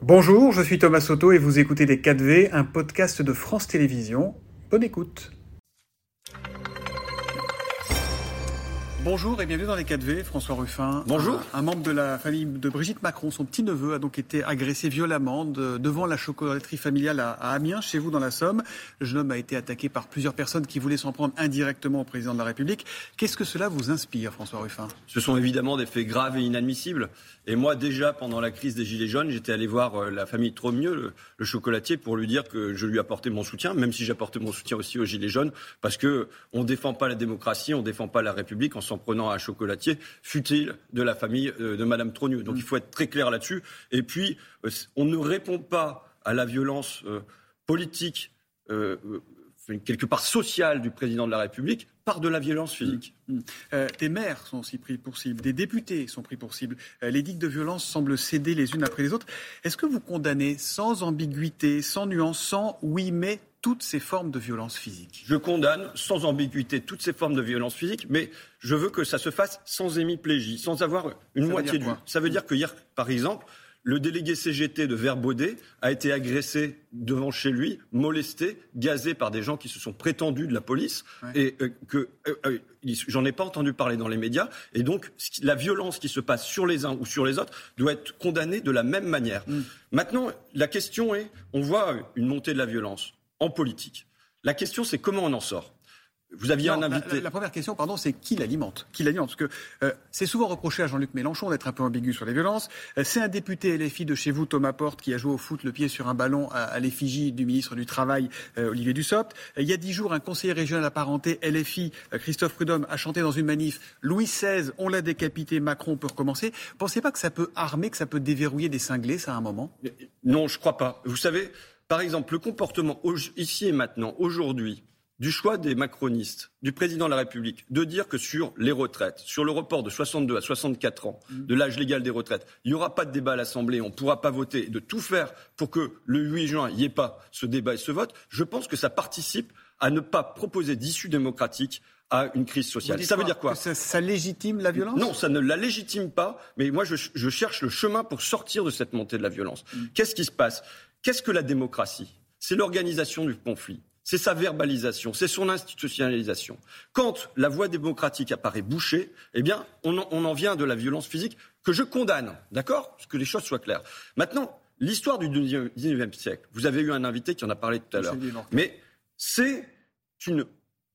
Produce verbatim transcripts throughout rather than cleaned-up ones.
Bonjour, je suis Thomas Soto et vous écoutez Les quatre V, un podcast de France Télévisions. Bonne écoute. Bonjour et bienvenue dans Les quatre V, François Ruffin. Bonjour. Un, un membre de la famille de Brigitte Macron, son petit-neveu, a donc été agressé violemment de, devant la chocolaterie familiale à, à Amiens, chez vous dans la Somme. Le jeune homme a été attaqué par plusieurs personnes qui voulaient s'en prendre indirectement au président de la République. Qu'est-ce que cela vous inspire, François Ruffin ? Ce sont évidemment des faits graves et inadmissibles. Et moi, déjà, pendant la crise des Gilets jaunes, j'étais allé voir euh, la famille Tromieux, le, le chocolatier, pour lui dire que je lui apportais mon soutien, même si j'apportais mon soutien aussi aux Gilets jaunes, parce que on défend pas la démocratie, on défend pas la République en s'en prenant à un chocolatier, fut-il de la famille euh, de Madame Tromieux. Donc mmh. il faut être très clair là-dessus. Et puis, euh, on ne répond pas à la violence euh, politique, euh, euh, quelque part sociale du président de la République, par de la violence physique. Mmh. Euh, des maires sont aussi pris pour cible, des députés sont pris pour cible. Euh, les digues de violence semblent céder les unes après les autres. Est-ce que vous condamnez sans ambiguïté, sans nuance, sans oui mais toutes ces formes de violence physique ? Je condamne sans ambiguïté toutes ces formes de violence physique, mais je veux que ça se fasse sans hémiplégie, sans avoir une ça moitié du. Ça veut dire que hier, par exemple, le délégué C G T de Verbaudet a été agressé devant chez lui, molesté, gazé par des gens qui se sont prétendus de la police, ouais. et euh, que euh, euh, j'en ai pas entendu parler dans les médias, et donc la violence qui se passe sur les uns ou sur les autres doit être condamnée de la même manière. Mm. Maintenant, la question est, on voit une montée de la violence en politique. La question, c'est comment on en sort. Vous aviez non, un invité. La, la première question, pardon, c'est qui l'alimente ? Qui l'alimente ? Parce que euh, c'est souvent reproché à Jean-Luc Mélenchon d'être un peu ambigu sur les violences. Euh, c'est un député L F I de chez vous, Thomas Porte, qui a joué au foot le pied sur un ballon à, à l'effigie du ministre du Travail, euh, Olivier Dussopt. Euh, il y a dix jours, un conseiller régional apparenté L F I, euh, Christophe Prudhomme, a chanté dans une manif « Louis seize, on l'a décapité, Macron peut recommencer ». Pensez pas que ça peut armer, que ça peut déverrouiller des cinglés, ça, à un moment ? Non, je crois pas. Vous savez, par exemple, le comportement ici et maintenant, aujourd'hui, du choix des macronistes, du président de la République, de dire que sur les retraites, sur le report de soixante-deux à soixante-quatre ans, de l'âge légal des retraites, il n'y aura pas de débat à l'Assemblée, on ne pourra pas voter, de tout faire pour que le huit juin, il n'y ait pas ce débat et ce vote, je pense que ça participe à ne pas proposer d'issue démocratique à une crise sociale. Ça veut dire quoi ? ça, ça légitime la violence ? Non, ça ne la légitime pas, mais moi je, je cherche le chemin pour sortir de cette montée de la violence. Mm. Qu'est-ce qui se passe ? Qu'est-ce que la démocratie ? C'est l'organisation du conflit. C'est sa verbalisation, c'est son institutionnalisation. Quand la voie démocratique apparaît bouchée, eh bien, on en, on en vient de la violence physique que je condamne, d'accord ? Parce que les choses soient claires. Maintenant, l'histoire du dix-neuvième siècle, vous avez eu un invité qui en a parlé tout à l'heure, mais c'est une,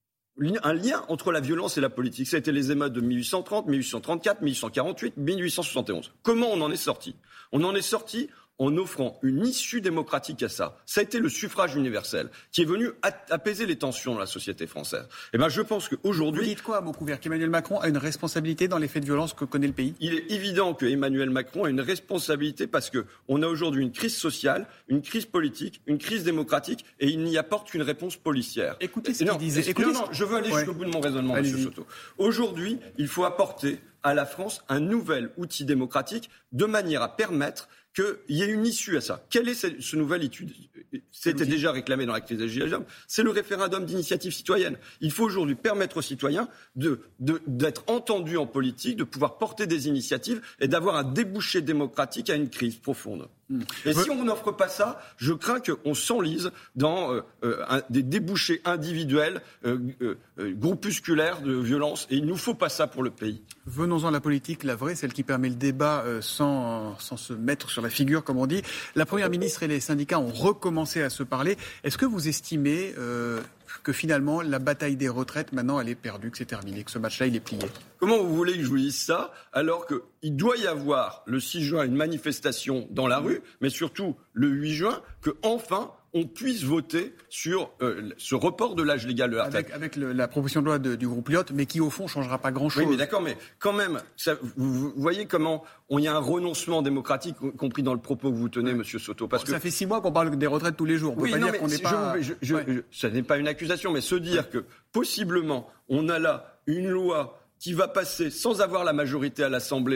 un lien entre la violence et la politique. Ça a été les émeutes de mille huit cent trente, mille huit cent trente-quatre, mille huit cent quarante-huit, mille huit cent soixante et onze. Comment on en est sorti ? On en est sorti en offrant une issue démocratique à ça. Ça a été le suffrage universel qui est venu apaiser les tensions dans la société française. Et ben, je pense qu'aujourd'hui... Vous dites quoi à mot couvert ? Qu'Emmanuel Macron a une responsabilité dans les faits de violence que connaît le pays ? Il est évident que Emmanuel Macron a une responsabilité parce qu'on a aujourd'hui une crise sociale, une crise politique, une crise démocratique et il n'y apporte qu'une réponse policière. Écoutez ce qu'il disait. Écoutez non, non, je veux aller ouais. jusqu'au bout de mon raisonnement, Allez-y. Monsieur Soto. Aujourd'hui, il faut apporter à la France un nouvel outil démocratique de manière à permettre qu'il y ait une issue à ça. Quelle est ce, ce nouvel issue ? C'était déjà réclamé dans la crise des Gilets jaunes. C'est le référendum d'initiative citoyenne. Il faut aujourd'hui permettre aux citoyens de, de, d'être entendus en politique, de pouvoir porter des initiatives et d'avoir un débouché démocratique à une crise profonde. Mmh. Et si on n'offre pas ça, je crains qu'on s'enlise dans euh, euh, un, des débouchés individuels, euh, euh, groupusculaires de violence. Et il ne nous faut pas ça pour le pays. Venons-en à la politique, la vraie, celle qui permet le débat euh, sans, sans se mettre sur la figure, comme on dit. La Première ministre et les syndicats ont recommencé à se parler. Est-ce que vous estimez euh, que finalement, la bataille des retraites, maintenant, elle est perdue, que c'est terminé, que ce match-là, il est plié ? Comment vous voulez que je vous dise ça, alors qu'il doit y avoir le six juin une manifestation dans la rue, mais surtout le huit juin, que enfin on puisse voter sur euh, ce report de l'âge légal de la retraite. Avec, avec le, la proposition de loi de, du groupe Lyotte, mais qui au fond ne changera pas grand-chose. Oui, mais d'accord, mais quand même, ça, vous, vous voyez comment il y a un renoncement démocratique, y compris dans le propos que vous tenez, ouais. Monsieur Soto. Parce bon, ça que... fait six mois qu'on parle des retraites tous les jours. On oui, peut pas non, dire mais qu'on n'est si pas... Je, je, je, ouais. je, ça n'est pas une accusation, mais se dire ouais. que possiblement, on a là une loi qui va passer sans avoir la majorité à l'Assemblée,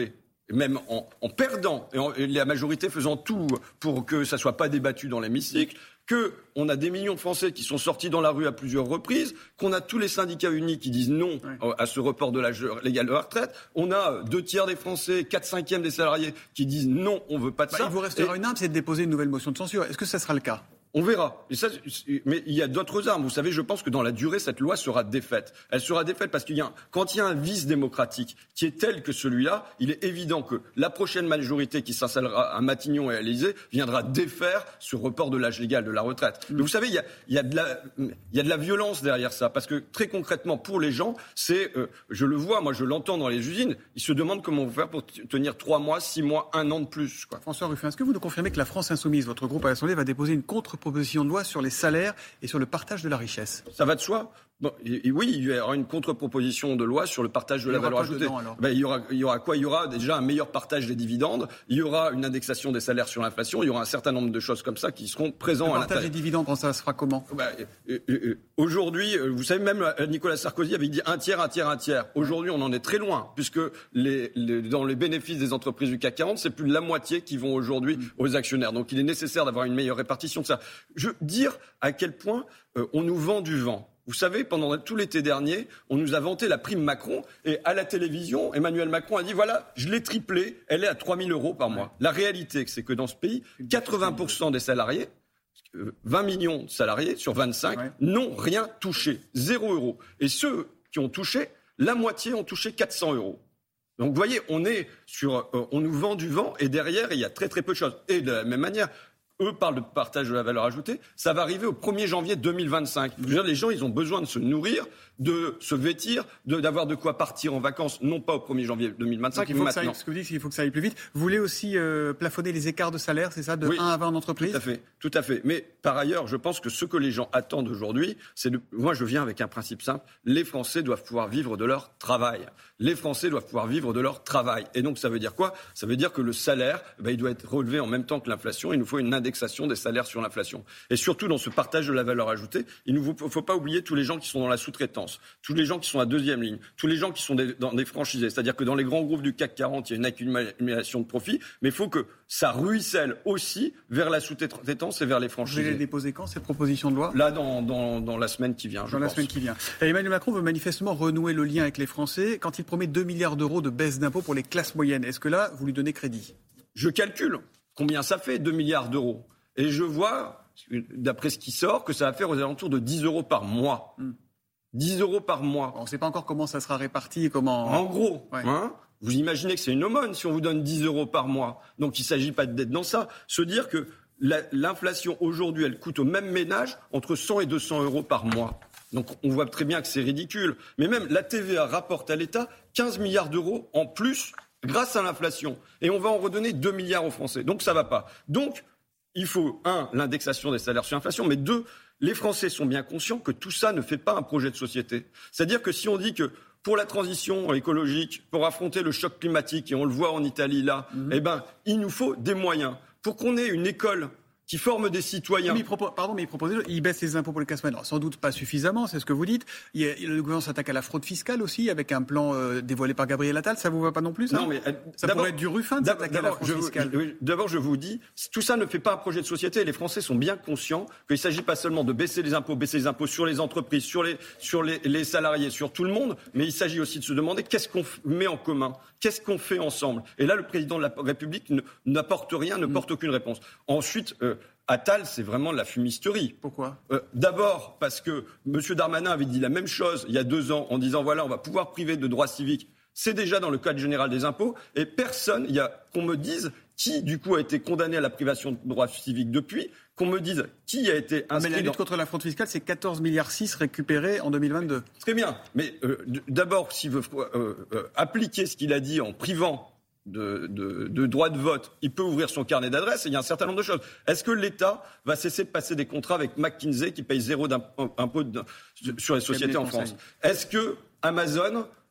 même en, en perdant, et, en, et la majorité faisant tout pour que ça ne soit pas débattu dans l'hémicycle, qu'on a des millions de Français qui sont sortis dans la rue à plusieurs reprises, qu'on a tous les syndicats unis qui disent non ouais. à ce report de l'âge légal de la retraite, on a deux tiers des Français, quatre cinquièmes des salariés qui disent non, on ne veut pas de bah, ça. Il vous restera et... une arme, c'est de déposer une nouvelle motion de censure. Est-ce que ça sera le cas ? On verra. Et ça, mais il y a d'autres armes. Vous savez, je pense que dans la durée, cette loi sera défaite. Elle sera défaite parce qu'il y a un, quand il y a un vice démocratique qui est tel que celui-là, il est évident que la prochaine majorité qui s'installera à Matignon et à l'Élysée viendra défaire ce report de l'âge légal de la retraite. Mmh. Mais vous savez, il y a, il y a de la, il y a de la violence derrière ça. Parce que très concrètement, pour les gens, c'est, euh, je le vois, moi je l'entends dans les usines, ils se demandent comment on va faire pour t- tenir trois mois, six mois, un an de plus, quoi. François Ruffin, est-ce que vous nous confirmez que la France Insoumise, votre groupe à l'Assemblée, va déposer une contre proposition de loi sur les salaires et sur le partage de la richesse? Ça va de soi. Bon, et, et oui, il y aura une contre-proposition de loi sur le partage de la valeur ajoutée. Ben, il y aura, il y aura quoi? Il y aura déjà un meilleur partage des dividendes. Il y aura une indexation des salaires sur l'inflation. Il y aura un certain nombre de choses comme ça qui seront présents à l'intérieur. Le partage des dividendes, ça se fera comment? Ben, euh, euh, aujourd'hui, vous savez, même Nicolas Sarkozy avait dit un tiers, un tiers, un tiers. Aujourd'hui, on en est très loin, puisque les, les, dans les bénéfices des entreprises du C A C quarante, c'est plus de la moitié qui vont aujourd'hui mmh. aux actionnaires. Donc, il est nécessaire d'avoir une meilleure répartition de ça. Je veux dire à quel point euh, on nous vend du vent. Vous savez, pendant tout l'été dernier, on nous a vanté la prime Macron et à la télévision, Emmanuel Macron a dit voilà, je l'ai triplée, elle est à trois mille euros par mois. Ouais. La réalité, c'est que dans ce pays, quatre-vingts pour cent des salariés, vingt millions de salariés sur vingt-cinq, ouais. n'ont rien touché, zéro euro. Et ceux qui ont touché, la moitié ont touché quatre cents euros. Donc vous voyez, on est sur, euh, on nous vend du vent et derrière, il y a très très peu de choses. Et de la même manière, eux parlent de partage de la valeur ajoutée. Ça va arriver au premier janvier deux mille vingt-cinq. Je veux dire, les gens, ils ont besoin de se nourrir, de se vêtir, de, d'avoir de quoi partir en vacances, non pas au premier janvier deux mille vingt-cinq, mais maintenant. Aille, ce que vous dites, c'est qu'il faut que ça aille plus vite. Vous voulez aussi euh, plafonner les écarts de salaire, c'est ça, de oui, un à vingt en entreprise? Tout à fait, tout à fait. Mais par ailleurs, je pense que ce que les gens attendent aujourd'hui, c'est de... Moi, je viens avec un principe simple. Les Français doivent pouvoir vivre de leur travail. Les Français doivent pouvoir vivre de leur travail. Et donc, ça veut dire quoi? Ça veut dire que le salaire, ben, il doit être relevé en même temps que l'inflation. Il nous faut une indexation des salaires sur l'inflation. Et surtout, dans ce partage de la valeur ajoutée, il ne faut pas oublier tous les gens qui sont dans la sous-traitance, tous les gens qui sont à deuxième ligne, tous les gens qui sont des, dans des franchisés. C'est-à-dire que dans les grands groupes du C A C quarante, il y a une accumulation de profits, mais il faut que ça ruisselle aussi vers la sous-traitance et vers les franchisés. Vous allez déposer quand cette proposition de loi? Là, dans, dans, dans la semaine qui vient, je Dans la pense. semaine qui vient. Et Emmanuel Macron veut manifestement renouer le lien avec les Français quand il promet deux milliards d'euros de baisse d'impôts pour les classes moyennes. Est-ce que là, vous lui donnez crédit? Je calcule combien ça fait, deux milliards d'euros. Et je vois, d'après ce qui sort, que ça va faire aux alentours de dix euros par mois. Hmm. dix euros par mois. On ne sait pas encore comment ça sera réparti et comment... En gros, ouais. hein, vous imaginez que c'est une aumône si on vous donne dix euros par mois. Donc il ne s'agit pas d'être dans ça. Se dire que la, l'inflation aujourd'hui, elle coûte au même ménage entre cent et deux cents euros par mois. Donc on voit très bien que c'est ridicule. Mais même la T V A rapporte à l'État quinze milliards d'euros en plus grâce à l'inflation. Et on va en redonner deux milliards aux Français. Donc ça ne va pas. Donc... Il faut, un, l'indexation des salaires sur l'inflation, mais deux, les Français sont bien conscients que tout ça ne fait pas un projet de société. C'est-à-dire que si on dit que pour la transition écologique, pour affronter le choc climatique, et on le voit en Italie là, mmh. eh ben, il nous faut des moyens. Pour qu'on ait une école qui forme des citoyens. Mais il propose, pardon, mais il propose, il baisse les impôts pour les classes moyennes. Sans doute pas suffisamment, c'est ce que vous dites. Il y a, le gouvernement s'attaque à la fraude fiscale aussi, avec un plan euh, dévoilé par Gabriel Attal. Ça vous va pas non plus, ça? Non, mais euh, ça pourrait être du Ruffin de s'attaquer à la fraude je, fiscale. Je, d'abord, je vous dis, tout ça ne fait pas un projet de société. Les Français sont bien conscients qu'il ne s'agit pas seulement de baisser les impôts, baisser les impôts sur les entreprises, sur les, sur les, les salariés, sur tout le monde, mais il s'agit aussi de se demander qu'est-ce qu'on met en commun, qu'est-ce qu'on fait ensemble. Et là, le président de la République ne, n'apporte rien, ne mmh. porte aucune réponse. Ensuite, euh, Attal, c'est vraiment de la fumisterie. Pourquoi ? euh, D'abord, parce que M. Darmanin avait dit la même chose il y a deux ans en disant voilà, on va pouvoir priver de droits civiques. C'est déjà dans le Code général des impôts. Et personne, il y a qu'on me dise qui, du coup, a été condamné à la privation de droits civiques depuis, qu'on me dise qui a été inscrit. Mais la lutte dans... contre la fraude fiscale, c'est quatorze virgule six milliards récupérés en deux mille vingt-deux. Très bien. Mais euh, d'abord, s'il veut euh, euh, appliquer ce qu'il a dit en privant De, de, de droit de vote, il peut ouvrir son carnet d'adresses et il y a un certain nombre de choses. Est-ce que l'État va cesser de passer des contrats avec McKinsey qui paye zéro d'impôt sur les sociétés en France ? Est-ce que Amazon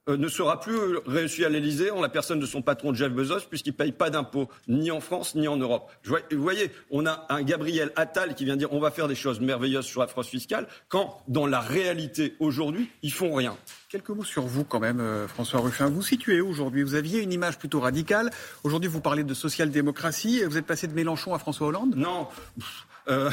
euh, ne sera plus reçu à l'Élysée en la personne de son patron Jeff Bezos, puisqu'il ne paye pas d'impôts ni en France ni en Europe. Je vois, vous voyez, on a un Gabriel Attal qui vient dire on va faire des choses merveilleuses sur la fraude fiscale, quand dans la réalité aujourd'hui, ils font rien. Quelques mots sur vous quand même, euh, François Ruffin. Vous situez aujourd'hui, vous aviez une image plutôt radicale. Aujourd'hui, vous parlez de social-démocratie. Vous êtes passé de Mélenchon à François Hollande ? Non. Euh,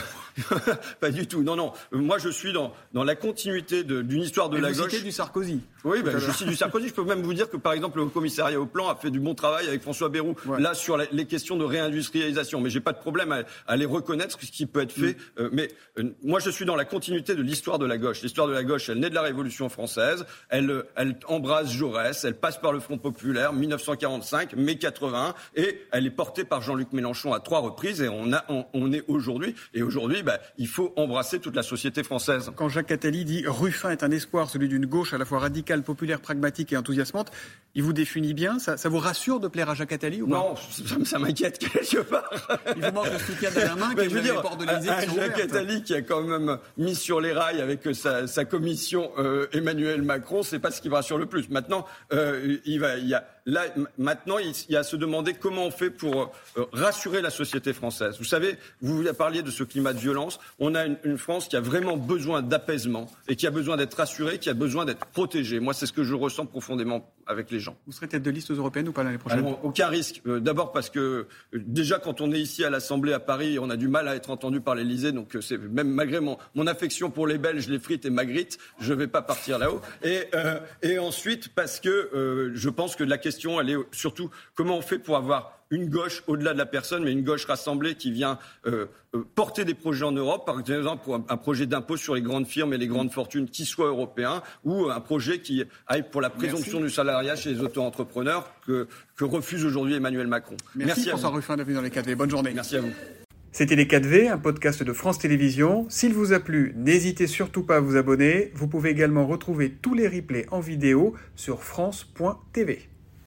pas du tout. Non, non. Moi, je suis dans, dans la continuité de, d'une histoire de Et la vous gauche. citez du Sarkozy. Oui, ben, je suis du Sarkozy. Je peux même vous dire que, par exemple, le commissariat au plan a fait du bon travail avec François Bayrou, ouais. là, sur la, les questions de réindustrialisation. Mais j'ai pas de problème à, à les reconnaître, ce qui peut être fait. Mmh. Euh, mais euh, moi, je suis dans la continuité de l'histoire de la gauche. L'histoire de la gauche, elle naît de la Révolution française. Elle, elle embrasse Jaurès. Elle passe par le Front populaire, dix-neuf cent quarante-cinq, mai quatre-vingt-un. Et elle est portée par Jean-Luc Mélenchon à trois reprises. Et on, a, on, on est aujourd'hui. Et aujourd'hui, ben, il faut embrasser toute la société française. Quand Jacques Attali dit « Ruffin est un espoir, celui d'une gauche à la fois radicale, populaire, pragmatique et enthousiasmante », il vous définit bien. Ça, ça vous rassure de plaire à Jacques Attali ou pas ? Non, ça, ça m'inquiète quelque part. Il vous manque le soutien d'Alain Minc et les portes de l'Élysée qui sont Jacques ouvertes. Attali qui a quand même mis sur les rails avec sa, sa commission euh, Emmanuel Macron, c'est pas ce qui me rassure le plus. Maintenant, euh, il va, il y a là maintenant il y a à se demander comment on fait pour euh, rassurer la société française. Vous savez, vous parliez de ce climat de violence. On a une, une France qui a vraiment besoin d'apaisement et qui a besoin d'être rassurée, qui a besoin d'être protégée. Moi, c'est ce que je ressens profondément avec les gens. Vous serez tête de liste aux européennes ou pas l'année prochaine ? Alors, aucun risque. Euh, d'abord parce que euh, déjà quand on est ici à l'Assemblée à Paris, on a du mal à être entendu par l'Élysée. Donc euh, c'est même malgré mon, mon affection pour les Belges, les frites et Magritte, je ne vais pas partir là-haut. Et, euh, et ensuite parce que euh, je pense que la question, elle est surtout comment on fait pour avoir une gauche au-delà de la personne, mais une gauche rassemblée qui vient euh, euh, porter des projets en Europe, par exemple pour un, un projet d'impôt sur les grandes firmes et les grandes fortunes qui soit européen, ou un projet qui aille pour la présomption Merci. du salariat chez les auto-entrepreneurs que, que refuse aujourd'hui Emmanuel Macron. Merci, Merci François Ruffin d'être venu dans les quatre V. Bonne journée. Merci à vous. C'était Les quatre V, un podcast de France Télévisions. S'il vous a plu, n'hésitez surtout pas à vous abonner. Vous pouvez également retrouver tous les replays en vidéo sur France point T V.